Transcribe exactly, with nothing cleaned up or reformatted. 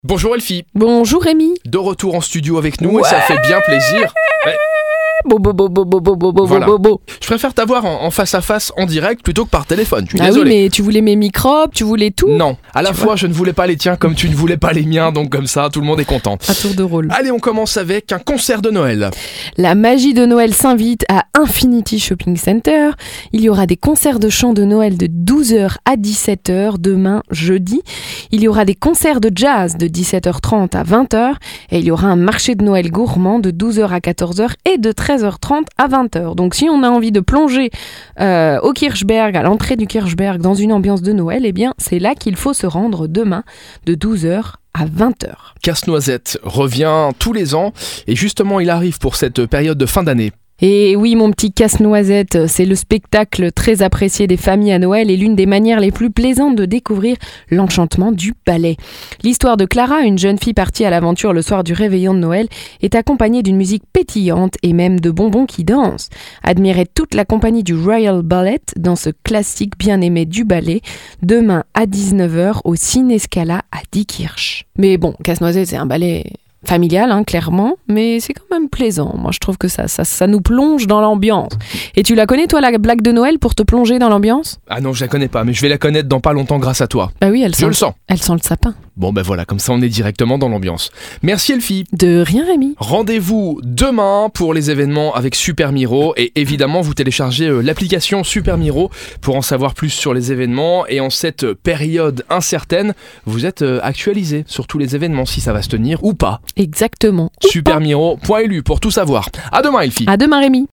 Bonjour Elfie, Bonjour Rémi. de retour en studio avec nous Ouais. et ça fait bien plaisir. Ouais, Bo bo bo bo bo bo bo bo Voilà. bo bo. je préfère t'avoir en, en face à face en direct plutôt que par téléphone, je suis Ah oui, désolé. mais tu voulais mes microbes, tu voulais tout. Non, à la Tu fois vois. je ne voulais pas les tiens comme tu ne voulais pas les miens, donc comme ça tout le monde est content. À tour de rôle. Allez, on commence avec un concert de Noël. La magie de Noël s'invite à Infinity Shopping Center. Il y aura des concerts de chant de Noël de douze heures à dix-sept heures demain jeudi. Il y aura des concerts de jazz de dix-sept heures trente à vingt heures. Et il y aura un marché de Noël gourmand de douze heures à quatorze heures et de treize heures trente à vingt heures. Donc si on a envie de plonger euh, au Kirchberg, à l'entrée du Kirchberg, dans une ambiance de Noël, eh bien c'est là qu'il faut se rendre demain de douze heures à vingt heures. Casse-Noisette revient tous les ans et justement il arrive pour cette période de fin d'année. Et oui, mon petit casse-noisette, c'est le spectacle très apprécié des familles à Noël et l'une des manières les plus plaisantes de découvrir l'enchantement du ballet. L'histoire de Clara, une jeune fille partie à l'aventure le soir du réveillon de Noël, est accompagnée d'une musique pétillante et même de bonbons qui dansent. Admirez toute la compagnie du Royal Ballet dans ce classique bien-aimé du ballet, demain à dix-neuf heures au Ciné-Scala à Diekirch. Mais bon, casse-noisette, c'est un ballet familial, hein, clairement, mais c'est quand même plaisant. Moi, je trouve que ça, ça, ça nous plonge dans l'ambiance. Et tu la connais, toi, la blague de Noël pour te plonger dans l'ambiance ? Ah non, je la connais pas, mais je vais la connaître dans pas longtemps grâce à toi. Bah oui, elle Je sent, le sens. elle sent le sapin. Bon ben voilà, comme ça on est directement dans l'ambiance. Merci Elfie. De rien, Rémi. Rendez-vous demain pour les événements avec Super Miro et évidemment vous téléchargez euh, l'application Super Miro pour en savoir plus sur les événements et en cette période incertaine, vous êtes euh, actualisé sur tous les événements si ça va se tenir ou pas. Exactement. Ou pas. Supermiro point L U pour tout savoir. À demain Elfie. À demain, Rémi.